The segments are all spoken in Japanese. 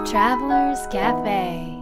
Travelers Cafe。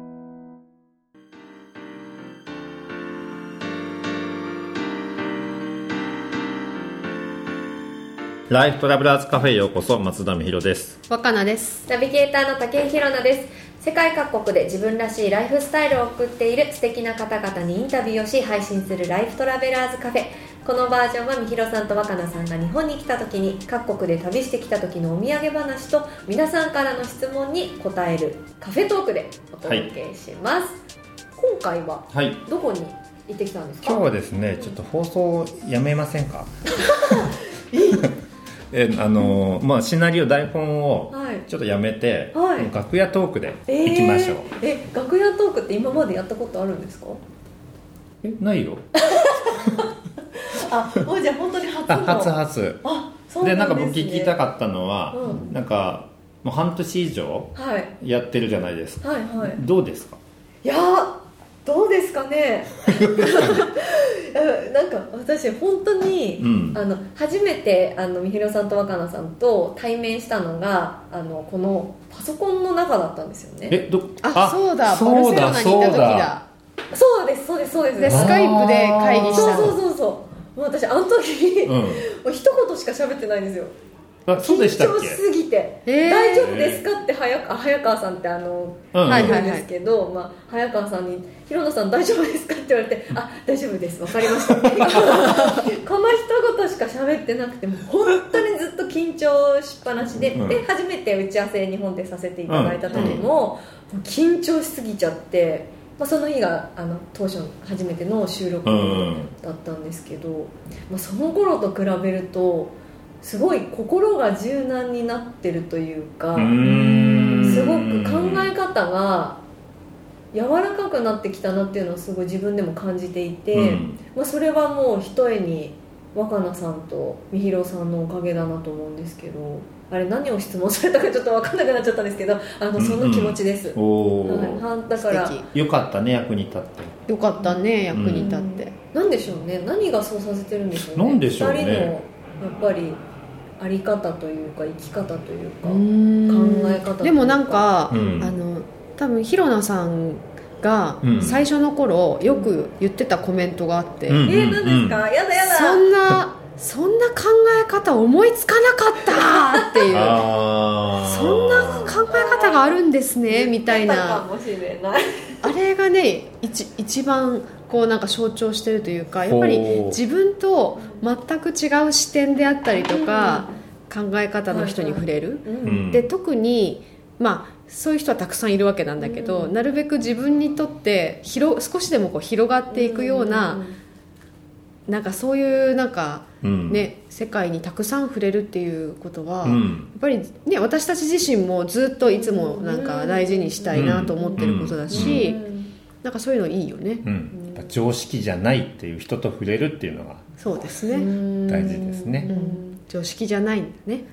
ライフトラベラーズカフェへようこそ。松田美弘です。 若菜です。 ナビゲーターの竹井宏奈です。世界各国で自分らしいライフスタイルを送っている素敵な方々にインタビューをし配信するライフトラベラーズカフェ。このバージョンは美弘さんと若菜さんが日本に来た時に各国で旅してきた時のお土産話と皆さんからの質問に答えるカフェトークでお届けします、はい、今回はどこに行ってきたんですか？ 今日はですね、ちょっと放送やめませんか？シナリオ台本をちょっとやめて、はい、楽屋トークで行きましょう。 楽屋トークって今までやったことあるんですか？ ないよ。 もうじゃあ本当に初の。 初。そうなんですね。で、なんか僕聞きたかったのは、なんかもう半年以上やってるじゃないですか、はいはい、どうですか？ いやどうですかね。なんか私本当に、初めて美弘さんと若菜さんと対面したのがこのパソコンの中だったんですよね。 そうだ、バルセロナにいた時だ。 そうですでスカイプで会議したの。 そうもう私あの時、もう一言しか喋ってないんですよ。 そうでしたっけ？ 緊張しすぎて、大丈夫ですかって早川さんっているんですけど、早川さんに広野さん大丈夫ですかって言われて、大丈夫です、分かりましたこの一言しか喋ってなくて、もう本当にずっと緊張しっぱなしで、で初めて打ち合わせ日本でさせていただいた時も、緊張しすぎちゃって、その日が当初初めての収録だったんですけど、その頃と比べるとすごい心が柔軟になってるというか、すごく考え方が柔らかくなってきたなっていうのをすごい自分でも感じていて、それはもうひとえに若菜さんと美弘さんのおかげだなと思うんですけど、あれ何を質問されたかちょっと分かんなくなっちゃったんですけど、そんな気持ちです、だからよかったね、役に立って。 よかったね、役に立って。 なんでしょうね、何がそうさせてるんでしょうね。 なんでしょうね、 2人のやっぱりあり方というか生き方というか考え方というか。 でもなんか、多分広菜さんが最初の頃よく言ってたコメントがあって、 何ですか？やだそんな考え方思いつかなかったっていうそんな考え方があるんですねみたいな、あれがね一番こうなんか象徴してるというか、やっぱり自分と全く違う視点であったりとか、考え方の人に触れる、で特にそういう人はたくさんいるわけなんだけど、なるべく自分にとって少しでもこう広がっていくような、なんかそういうなんか、世界にたくさん触れるっていうことは、やっぱり、私たち自身もずっといつもなんか大事にしたいなと思ってることだし、なんかそういうのいいよね、 常識じゃないっていう人と触れるっていうのがそうですね、 大事ですね、 常識じゃないんだね。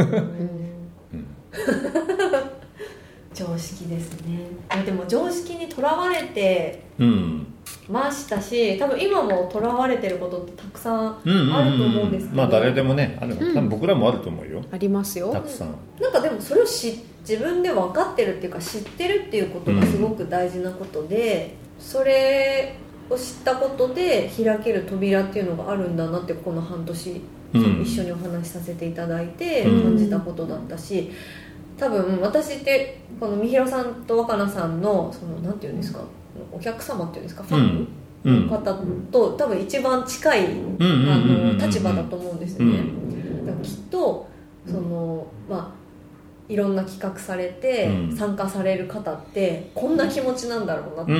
常識ですね。でも常識にとらわれてましたし、多分今もとらわれてることってたくさんあると思うんですけど、 誰でもね多分僕らもあると思うよ。 ありますよ、 たくさん。 なんかでもそれを自分で分かってるっていうか知ってるっていうことがすごく大事なことで、それを知ったことで開ける扉っていうのがあるんだなって、この半年一緒にお話しさせていただいて感じたことだったし、多分私ってこの美弘さんと若菜さんのなんていうんですか、お客様っていうんですか、ファンの方と多分一番近い立場だと思うんですよね。だからきっといろんな企画されて参加される方ってこんな気持ちなんだろうなって、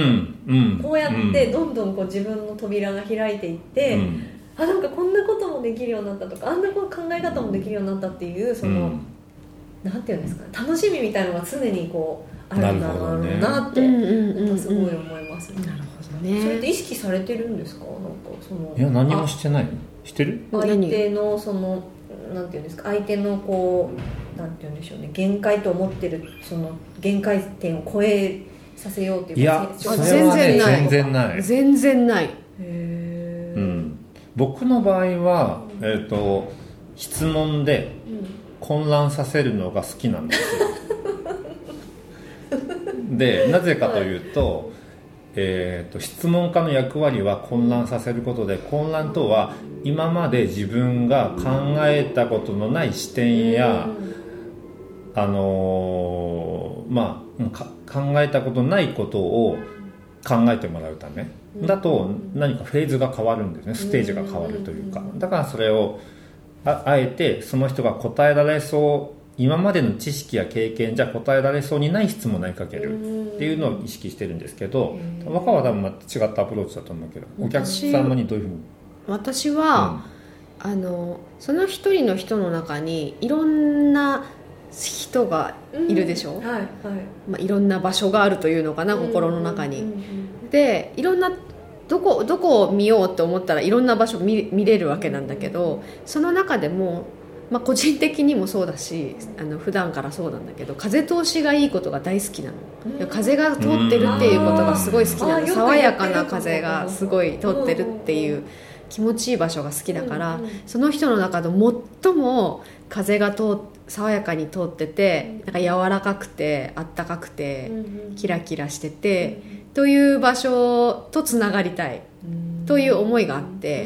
こうやってどんどんこう自分の扉が開いていって、なんかこんなこともできるようになったとか、あんな考え方もできるようになったっていうなんていうんですか、楽しみみたいなのが常にこうあるんだろうなってすごい思いますね。 なるほどね。 それって意識されてるんですか？ いや、何もしてないの。してる？ 相手のなんていうんですか、相手のこうなんていうんでしょうね、限界と思ってる限界点を超えさせようっていうか。 いや、それはね、 全然ない。 僕の場合は質問で混乱させるのが好きなんですよ。 でなぜかというと、質問家の役割は混乱させることで、混乱とは今まで自分が考えたことのない視点や、考えたことないことを考えてもらうためだと、何かフェーズが変わるんですね。ステージが変わるというか、だからそれを あえてその人が答えられそう、今までの知識や経験じゃ答えられそうにない質問を投げかけるっていうのを意識してるんですけど、若は多分違ったアプローチだと思うけど、お客様にどういうふうに。 私は、その一人の人の中にいろんな人がいるでしょ、いろんな場所があるというのかな、心の中に。でいろんなどこを見ようと思ったらいろんな場所 見れるわけなんだけど、その中でも、個人的にもそうだし、普段からそうなんだけど、風通しがいいことが大好きなの。風が通ってるっていうことがすごい好きなの。爽やかな風がすごい通ってるっていう気持ちいい場所が好きだから、その人の中で最も風が爽やかに通ってて、なんか柔らかくてあったかくてキラキラしててという場所とつながりたいという思いがあって、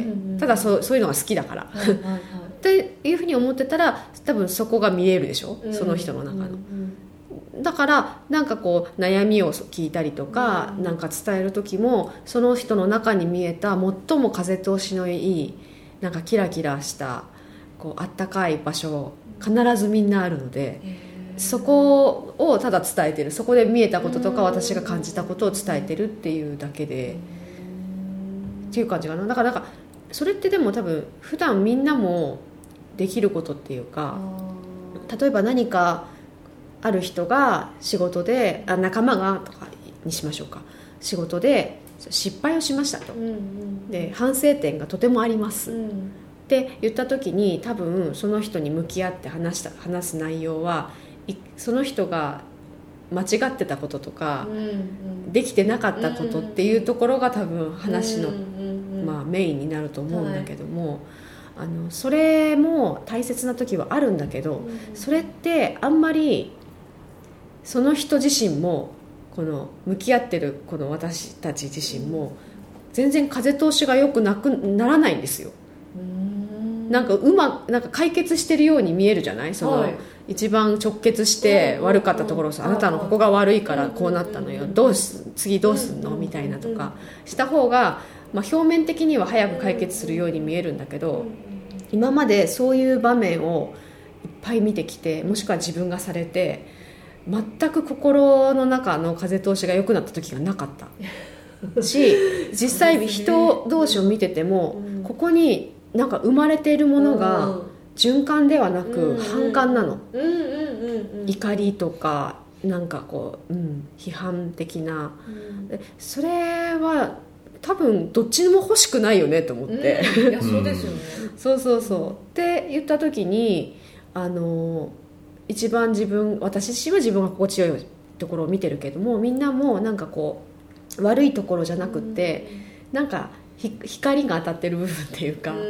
ただそういうのが好きだからっていうふうに思ってたら、多分そこが見えるでしょ、その人の中の。だからなんかこう悩みを聞いたりとか、なんか伝える時もその人の中に見えた最も風通しのいい、なんかキラキラしたこうあったかい場所必ずみんなあるので、そこをただ伝えてる、そこで見えたこととか私が感じたことを伝えてるっていうだけでっていう感じかな。だからそれってでも多分普段みんなもできることっていうか、例えば何かある人が仕事で仲間がとかにしましょうか、仕事で失敗をしましたと、で反省点がとてもあります、って言った時に、多分その人に向き合って話す内容は、その人が間違ってたこととか、できてなかったことっていうところが多分話の、メインになると思うんだけども、それも大切な時はあるんだけど、それってあんまりその人自身もこの向き合ってるこの私たち自身も全然風通しが良くならないんですよ。なんか解決してるように見えるじゃない、その、一番直結して悪かったところをさ、あなたのここが悪いからこうなったのよ、次どうすんのみたいなとかした方が、表面的には早く解決するように見えるんだけど、今までそういう場面をいっぱい見てきて、もしくは自分がされて全く心の中の風通しが良くなった時がなかったし、実際人同士を見てても、ここになんか生まれているものが循環ではなく反感なの、怒りとかなんかこう、批判的な、それは多分どっちも欲しくないよねと思って、 いやそうですよねそうって言った時に、一番私自身は自分が心地よいところを見てるけども、みんなもなんかこう悪いところじゃなくって、なんか光が当たってる部分っていうか、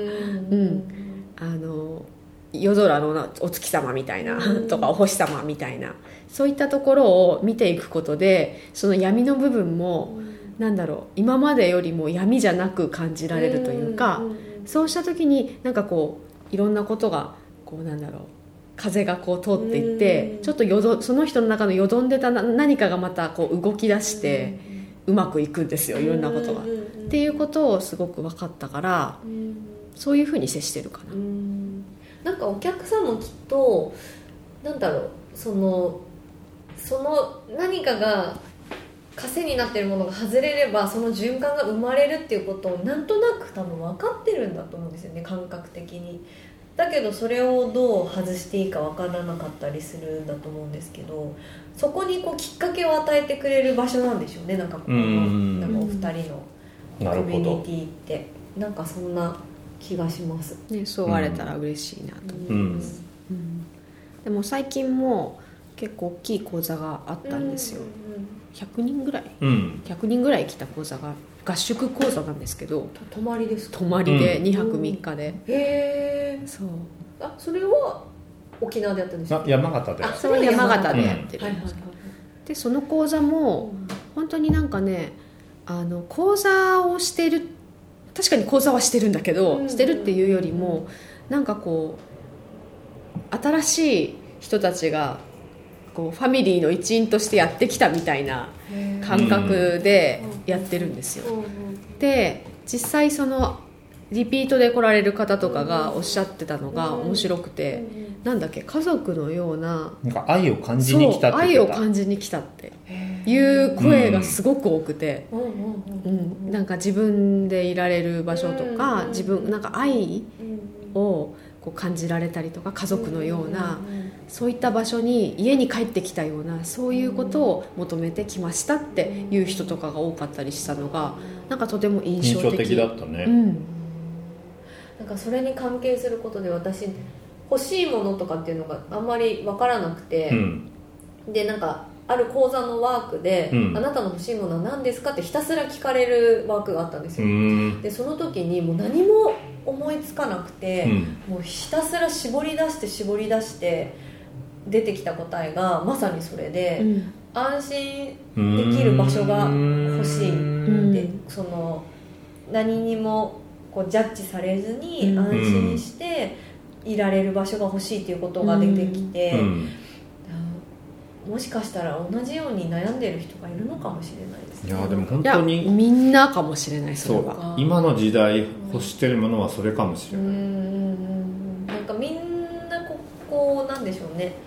夜空のお月様みたいなとかお星様みたいな、そういったところを見ていくことで、その闇の部分もなんだろう、今までよりも闇じゃなく感じられるというか、そうした時になんかこういろんなことがこうなんだろう、風がこう通っていって、ちょっとその人の中のよどんでた何かがまたこう動き出してうまくいくんですよ、いろんなことが、っていうことをすごく分かったから、そういうふうに接してるかな。 なんかお客さんもきっとなんだろう、その何かが枷になっているものが外れれば、その循環が生まれるっていうことをなんとなく多分分かってるんだと思うんですよね、感覚的に。だけどそれをどう外していいか分からなかったりするんだと思うんですけど、そこにこうきっかけを与えてくれる場所なんでしょうね、なんかこのなんかお二人のコミュニティってなんかそんな気がします、 ね、そう言われたら嬉しいなと思います、でも最近も結構大きい講座があったんですよ、100人ぐらい、100人ぐらい来た講座が合宿講座なんですけど、 泊まりですか？ 泊まりで2泊3日で、 へえ。 そう、 それは沖縄でやったんですか？ 山形で、 それは山形でやってるんですけど、 でその講座も本当になんかね講座をしてる、確かに講座はしてるんだけど、してるっていうよりもなんかこう新しい人たちがこうファミリーの一員としてやってきたみたいな感覚でやってるんですよ。で実際そのリピートで来られる方とかがおっしゃってたのが面白くて、なんだっけ、家族のような、 なんか愛を感じに来たって言ってた。 愛を感じに来たっていう声がすごく多くて、なんか自分でいられる場所とか、自分なんか愛をこう感じられたりとか、家族のようなそういった場所に家に帰ってきたような、そういうことを求めてきましたっていう人とかが多かったりしたのがなんかとても印象的だったね。 なんかそれに関係することで私欲しいものとかっていうのがあんまり分からなくて、でなんかある講座のワークで、あなたの欲しいものは何ですかってひたすら聞かれるワークがあったんですよ。でその時にもう何も思いつかなくて、もうひたすら絞り出して出てきた答えがまさにそれで、安心できる場所が欲しい、でその何にもこうジャッジされずに安心していられる場所が欲しいっていうことが出てきて、もしかしたら同じように悩んでる人がいるのかもしれないですね。 いやでも本当にみんなかもしれない。 それは今の時代欲してるものはそれかもしれない。 なんかみんなこうなんでしょうね、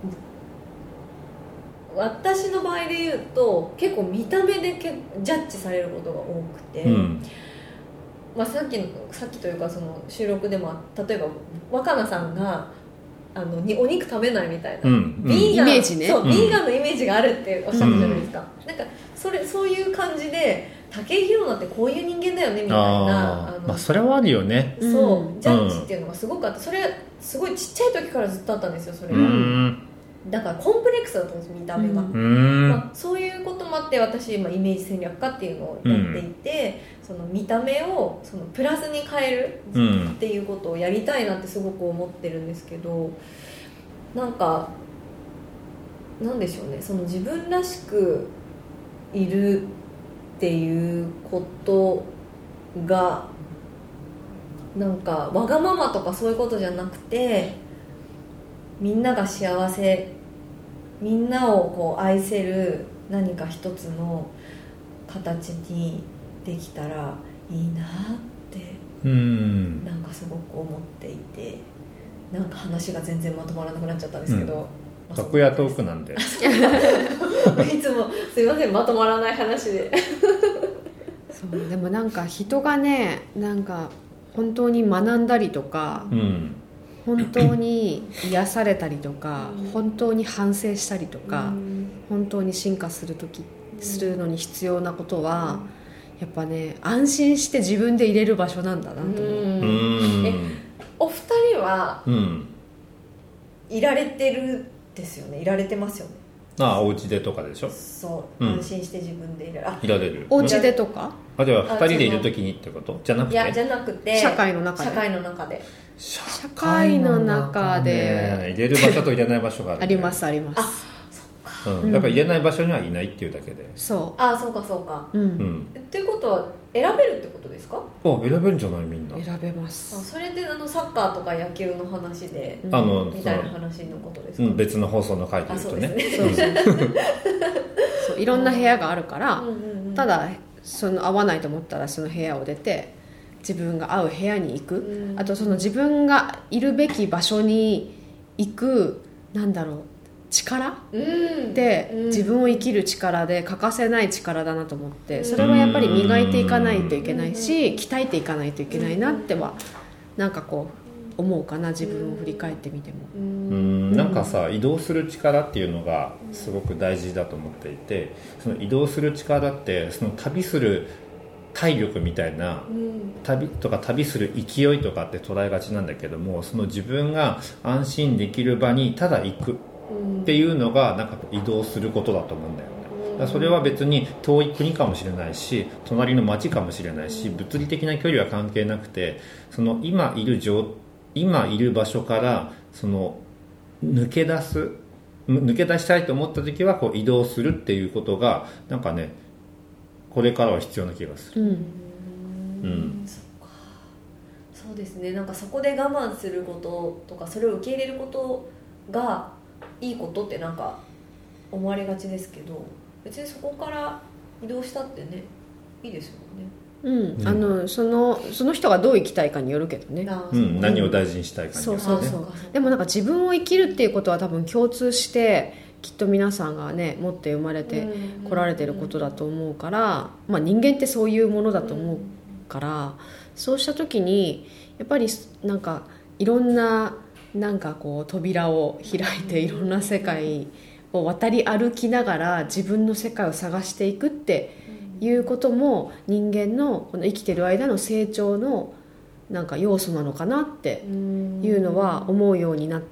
私の場合で言うと結構見た目でジャッジされることが多くて、まあ、さっきというかその収録でも例えば若菜さんがお肉食べないみたいな、ビーガン、イメージね、そう、ビーガンのイメージがあるっておっしゃったじゃないですか。なんかそういう感じで武井宏奈ってこういう人間だよねみたいな、 まあ、それはあるよね。 そうジャッジっていうのがすごくあって、それすごいちっちゃい時からずっとあったんですよ。それがだからコンプレックスだったんです、見た目が。まあ、そういうこともあって私今イメージ戦略家っていうのをやっていて、その見た目をそのプラスに変えるっていうことをやりたいなってすごく思ってるんですけど、なんかなんでしょうね、その自分らしくいるっていうことがなんかわがままとかそういうことじゃなくて、みんなが幸せ、みんなをこう愛せる何か一つの形にできたらいいなってなんかすごく思っていて、なんか話が全然まとまらなくなっちゃったんですけど、 楽屋トークなんでいつもすいません、まとまらない話でそうでもなんか人がね、なんか本当に学んだりとか、本当に癒されたりとか、本当に反省したりとか、本当に進化するのに必要なことはやっぱね、安心して自分で入れる場所なんだなと思う。 お二人は、いられてるですよね。いられてますよね。 お家でとかでしょ。 そう、安心して自分でいられる。 お家でとか、 では2人でいる時にってことじゃなくて、 いやじゃなくて社会の中で入れる場所と入れない場所がある、 ありますあります。 だから入れない場所にはいないっていうだけで。 そうか、っていうことは選べるってことですか？ 選べるんじゃない？みんな選べます。 それでサッカーとか野球の話で、みたいな話のことですか？ 別の放送の回で言うとね、 そういろんな部屋があるから、ただその合わないと思ったらその部屋を出て自分が合う部屋に行く、あとその自分がいるべき場所に行く、なんだろう、力で、自分を生きる力で欠かせない力だなと思って、それはやっぱり磨いていかないといけないし、鍛えていかないといけないなってはなんかこう思うかな、自分を振り返ってみても。 なんかさ、移動する力っていうのがすごく大事だと思っていて、その移動する力ってその旅する体力みたいな、旅する勢いとかって捉えがちなんだけども、その自分が安心できる場にただ行くっていうのがなんか移動することだと思うんだよね。だからそれは別に遠い国かもしれないし、隣の町かもしれないし、物理的な距離は関係なくて、その今いる場所からその抜け出す抜け出したいと思った時はこう移動するっていうことがなんかねこれからは必要な気がする。 そっか。そうですね。なんかそこで我慢することとかそれを受け入れることがいいことってなんか思われがちですけど、別にそこから移動したってねいいですよね。 その人がどう生きたいかによるけどね、 何を大事にしたいかによるね。 そうでもなんか自分を生きるっていうことは多分共通してきっと皆さんがね持って生まれてこられてることだと思うから、人間ってそういうものだと思うから、そうした時にやっぱりなんかいろんななんかこう扉を開いていろんな世界を渡り歩きながら自分の世界を探していくっていうことも人間のこの生きてる間の成長のなんか要素なのかなっていうのは思うようになって、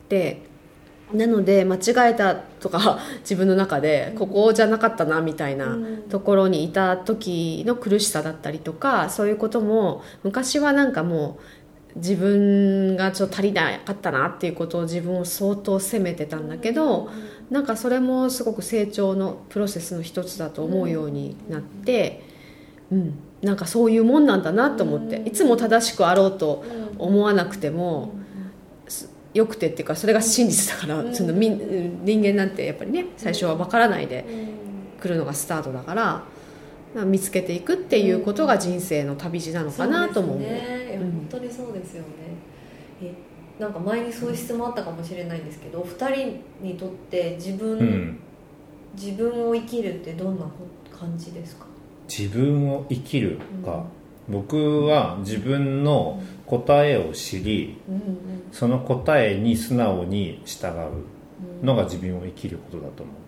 なので間違えたとか自分の中でここじゃなかったなみたいなところにいた時の苦しさだったりとか、そういうことも昔はなんかもう自分がちょっと足りなかったなっていうことを自分を相当責めてたんだけど、なんかそれもすごく成長のプロセスの一つだと思うようになって、なんかそういうもんなんだなと思って、いつも正しくあろうと思わなくてもよくてっていうか、それが真実だから、その人間なんてやっぱりね最初は分からないで来るのがスタートだから、見つけていくっていうことが人生の旅路なのかなとも思う。 そうですね、本当にそうですよね。なんか前にそういう質問あったかもしれないんですけど、お二人にとって自分を生きるってどんな感じですか？ 自分を生きるか、僕は自分の答えを知り、その答えに素直に従うのが自分を生きることだと思う。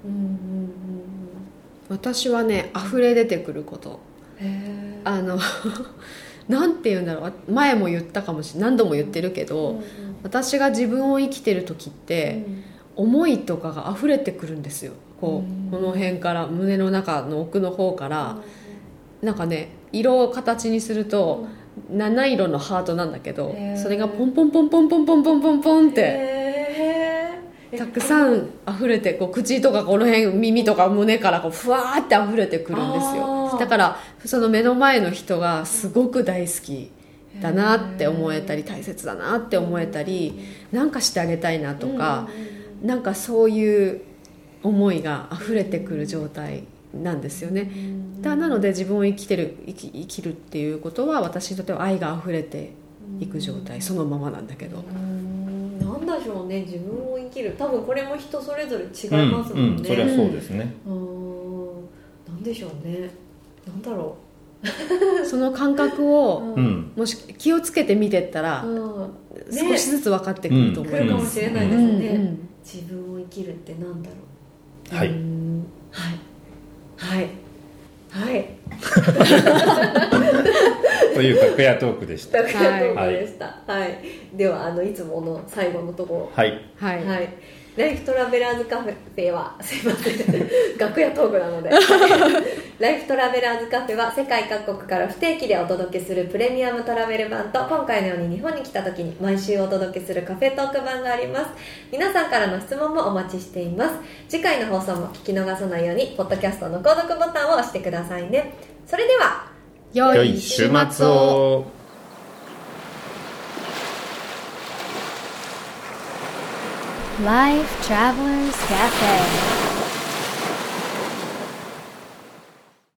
私はね、溢れ出てくること。なんて言うんだろう、前も言ったかもしれない、何度も言ってるけど、私が自分を生きてる時って、思いとかが溢れてくるんですよ。この辺から胸の中の奥の方から、なんかね、色を形にすると7色のハートなんだけど、それがポンポンポンポンポンポンポンポンポンってたくさん溢れて、こう口とかこの辺耳とか胸からこうふわーって溢れてくるんですよ。だからその目の前の人がすごく大好きだなって思えたり、大切だなって思えたり、なんかしてあげたいなとか、なんかそういう思いが溢れてくる状態なんですよね。なので自分を生きるっていうことは、私にとっては愛が溢れていく状態そのままなんだけど、 なんだしょうね、自分を生きる、多分これも人それぞれ違いますもんね。 それはそうですね。 なんでしょうね、なんだろうその感覚を、もし気をつけて見てったら、少しずつ分かってくると思います。 来るかもしれないですね。自分を生きるってなんだろう。 はいはいはいという楽屋トークでした。 楽屋トークでした。はい。ではいつもの最後のところ。 はいはい。 ライフトラベラーズカフェは、すいません、楽屋トークなのでライフトラベラーズカフェは世界各国から不定期でお届けするプレミアムトラベル版と、今回のように日本に来た時に毎週お届けするカフェトーク版があります。皆さんからの質問もお待ちしています。次回の放送も聞き逃さないようにポッドキャストの購読ボタンを押してくださいね。それでは良い週末を。 Life Travelers Cafe